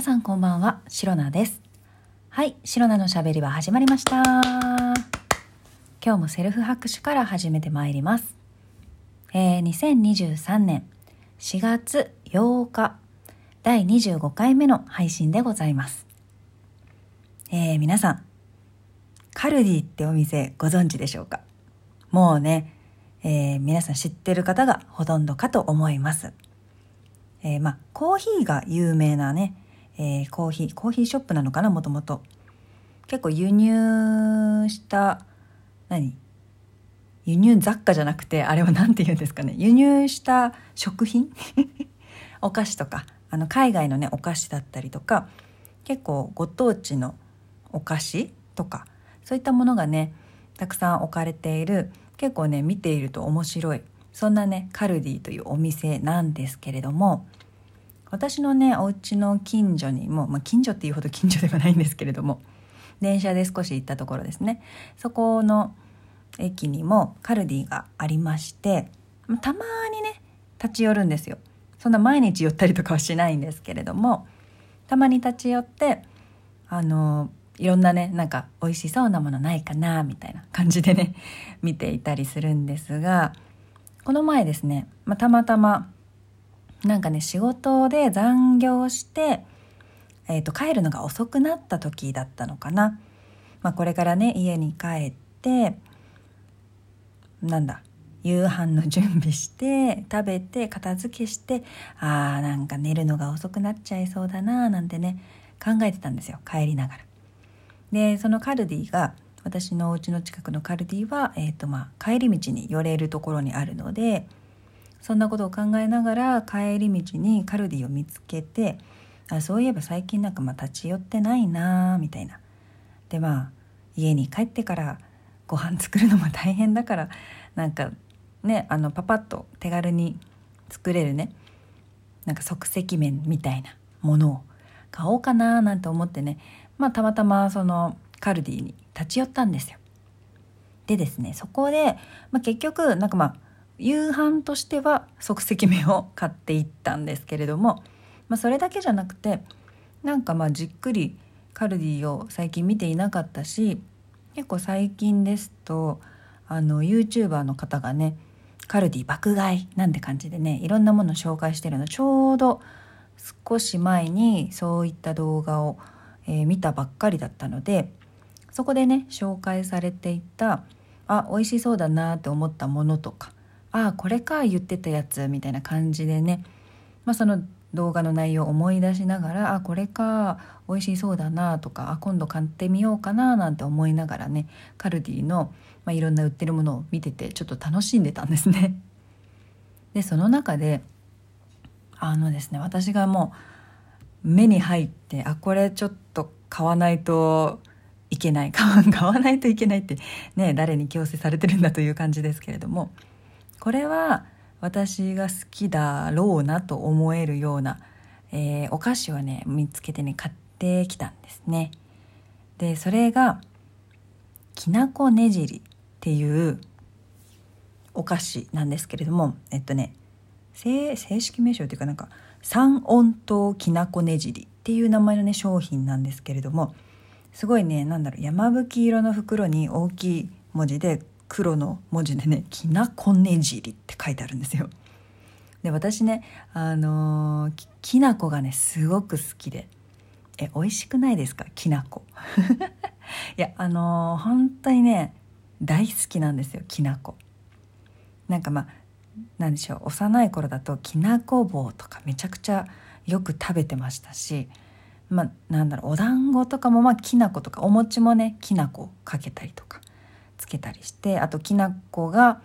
皆さんこんばんは、シロナです。はい、シロナのしゃべりは始まりました。今日もセルフ拍手から始めてまいります。2023年4月8日第25回目の配信でございます。皆さんカルディってお店ご存知でしょうか？もうね、皆さん知ってる方がほとんどかと思います。コーヒーが有名なね、コーヒーショップなのかな、もともと結構輸入した輸入雑貨じゃなくて、あれはなんて言うんですかね、輸入した食品お菓子とか、海外のねお菓子だったりとか、結構ご当地のお菓子とか、そういったものがねたくさん置かれている、結構ね見ていると面白い、そんなねカルディというお店なんですけれども、私のねお家の近所にも、近所っていうほど近所ではないんですけれども、電車で少し行ったところですね、そこの駅にもカルディがありまして、たまにね立ち寄るんですよ。そんな毎日寄ったりとかはしないんですけれども、たまに立ち寄っていろんなねなんか美味しそうなものないかなみたいな感じでね見ていたりするんですが、この前ですね、たまたまなんかね仕事で残業して、帰るのが遅くなった時だったのかな。これからね家に帰って夕飯の準備して食べて片付けして、なんか寝るのが遅くなっちゃいそうだななんてね考えてたんですよ、帰りながら。でそのカルディが、私のお家の近くのカルディは、帰り道に寄れるところにあるので、そんなことを考えながら帰り道にカルディを見つけて、そういえば最近なんか立ち寄ってないなみたいな。で家に帰ってからご飯作るのも大変だから、なんかねパパッと手軽に作れるね、なんか即席麺みたいなものを買おうかななんて思ってね、たまたまそのカルディに立ち寄ったんですよ。でですね、そこで、結局夕飯としては即席麺を買っていったんですけれども、それだけじゃなくて、じっくりカルディを最近見ていなかったし、結構最近ですとYouTuber の方がねカルディ爆買いなんて感じでねいろんなものを紹介してるの、ちょうど少し前にそういった動画を、見たばっかりだったので、そこでね紹介されていた美味しそうだなって思ったものとか、これか言ってたやつみたいな感じでね、その動画の内容を思い出しながら、これか美味しそうだなとか、今度買ってみようかななんて思いながらねカルディの、いろんな売ってるものを見ててちょっと楽しんでたんですね。でその中でですね、私がもう目に入って、これちょっと買わないといけない買わないといけないってね、誰に強制されてるんだという感じですけれども、これは私が好きだろうなと思えるような、お菓子をね見つけてね買ってきたんですね。でそれがきなこねじりっていうお菓子なんですけれども、正式名称というか三温糖きなこねじりっていう名前のね商品なんですけれども、すごいね山吹色の袋に大きい文字で黒の文字でねきなこねじりって書いてあるんですよ。で私ねきなこがねすごく好きで、美味しくないですかきなこいや本当にね大好きなんですよきなこ。なんでしょう、幼い頃だときなこ棒とかめちゃくちゃよく食べてましたし、お団子とかもきな粉とか、お餅もねきな粉かけたりとかつけたりして、あときな粉が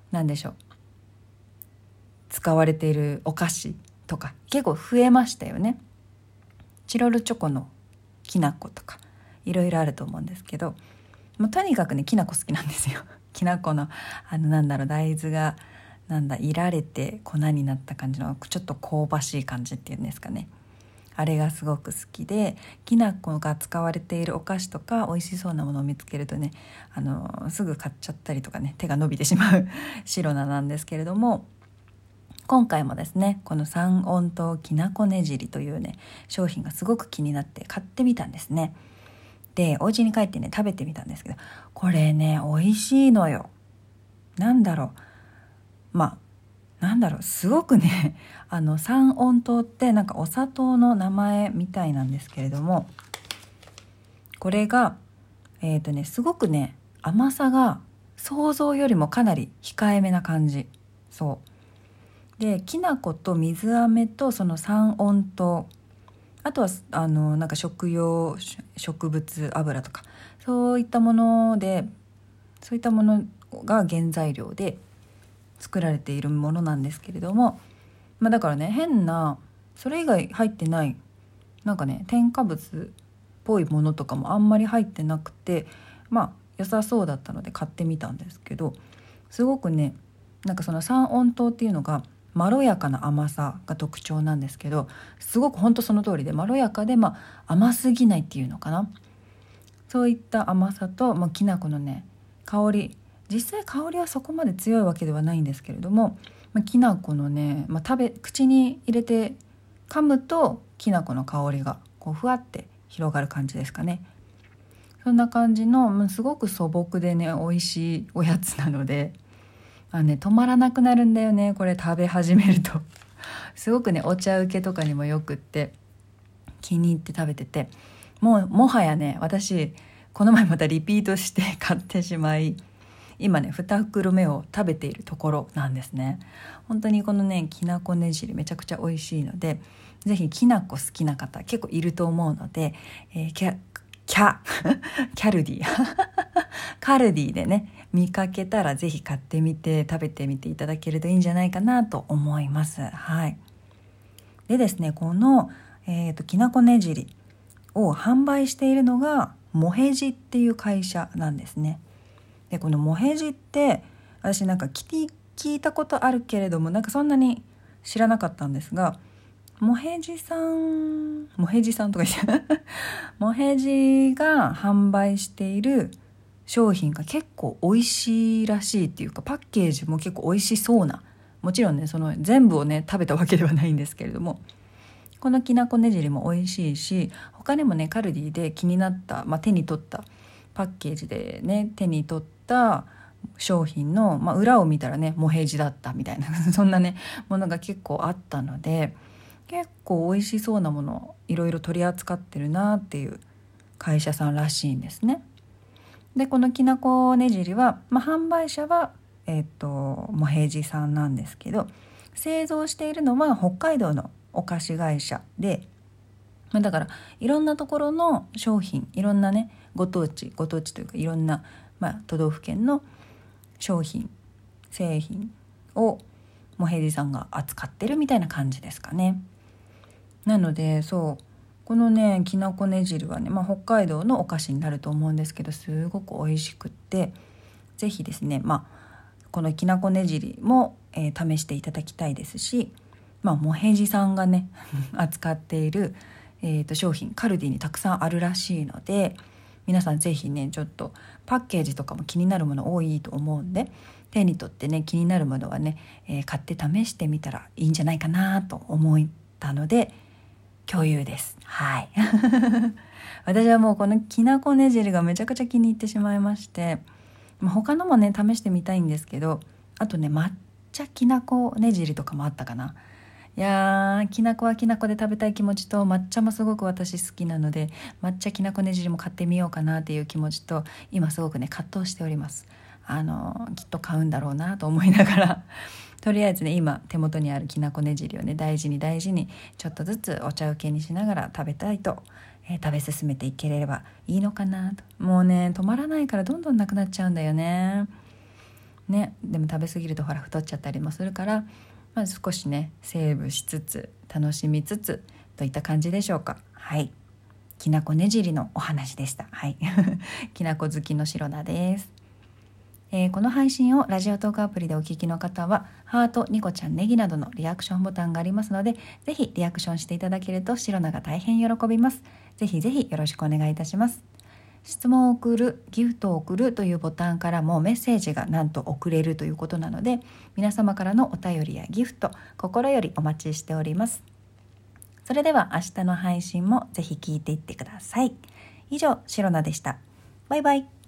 使われているお菓子とか結構増えましたよね。チロルチョコのきな粉とかいろいろあると思うんですけど、とにかくねきな粉好きなんですよ。きな粉の大豆がいられて粉になった感じのちょっと香ばしい感じっていうんですかね、あれがすごく好きで、きな粉が使われているお菓子とか美味しそうなものを見つけるとねすぐ買っちゃったりとかね、手が伸びてしまうシロナなんですけれども、 今回もですねこの三温糖きなこねじりというね商品がすごく気になって買ってみたんですね。でお家に帰ってね食べてみたんですけど、これね美味しいのよ。すごくね三温糖ってなんかお砂糖の名前みたいなんですけれども、これがすごくね甘さが想像よりもかなり控えめな感じ。そうできな粉と水飴とその三温糖、あとはなんか食用植物油とかそういったものが原材料で作られているものなんですけれども、だからね変なそれ以外入ってないなんかね添加物っぽいものとかもあんまり入ってなくて、良さそうだったので買ってみたんですけど、すごくねなんかその三温糖っていうのがまろやかな甘さが特徴なんですけど、すごく本当その通りでまろやかで、甘すぎないっていうのかな、そういった甘さと、きな粉のね香り、実際香りはそこまで強いわけではないんですけれども、きな粉のね、口に入れて噛むときな粉の香りがこうふわって広がる感じですかね。そんな感じのすごく素朴でね美味しいおやつなので、止まらなくなるんだよねこれ食べ始めるとすごくねお茶受けとかにもよくって気に入って食べてて、もはやね私この前またリピートして買ってしまい、今ね2袋目を食べているところなんですね。本当にこのねきなこねじりめちゃくちゃ美味しいので、ぜひきなこ好きな方結構いると思うので、カルディでね見かけたらぜひ買ってみて食べてみていただけるといいんじゃないかなと思います。はい。でですねこの、きなこねじりを販売しているのがもへじっていう会社なんですね。でこのもへじって私なんか聞いたことあるけれどもなんかそんなに知らなかったんですが、もへじさんとか言ってもへじが販売している商品が結構美味しいらしいっていうか、パッケージも結構美味しそうな、もちろんねその全部をね食べたわけではないんですけれども、このきなこねじりも美味しいし、他にもねカルディで気になった、手に取ったパッケージでね手に取った商品の、裏を見たらねもへじだったみたいなそんなねものが結構あったので、結構美味しそうなものをいろいろ取り扱ってるなっていう会社さんらしいんですね。でこのきなこねじりは、販売者はもへじさんなんですけど、製造しているのは北海道のお菓子会社で、だからいろんなところの商品、いろんなねご当地というかいろんな、都道府県の商品製品をもへじさんが扱ってるみたいな感じですかね。なのでこのねきなこねじりはね、北海道のお菓子になると思うんですけど、すごく美味しくって、ぜひですねこのきなこねじりも、試していただきたいですし、もへじさんがね扱っている、商品カルディにたくさんあるらしいので、皆さんぜひねちょっとパッケージとかも気になるもの多いと思うんで、手に取ってね気になるものはね、買って試してみたらいいんじゃないかなと思ったので共有です。はい。私はもうこのきなこねじりがめちゃくちゃ気に入ってしまいまして、他のもね試してみたいんですけど、あとね抹茶きなこねじりとかもあったかな。いやーきなこはきなこで食べたい気持ちと、抹茶もすごく私好きなので抹茶きなこねじりも買ってみようかなっていう気持ちと、今すごくね葛藤しております。きっと買うんだろうなと思いながらとりあえずね今手元にあるきなこねじりをね大事にちょっとずつお茶受けにしながら食べたいと、食べ進めていければいいのかなと。もうね止まらないからどんどんなくなっちゃうんだよね。でも食べ過ぎるとほら太っちゃったりもするから、少しねセーブしつつ楽しみつつといった感じでしょうか。はい、きなこねじりのお話でした。はいきなこ好きのシロナです。この配信をラジオトークアプリでお聞きの方はハート、ニコちゃん、ネギなどのリアクションボタンがありますので、ぜひリアクションしていただけるとシロナが大変喜びます。ぜひぜひよろしくお願いいたします。 質問を送る、ギフトを送るというボタンからもメッセージがなんと送れるということなので、皆様からのお便りやギフト、心よりお待ちしております。それでは明日の配信もぜひ聞いていってください。以上、シロナでした。バイバイ。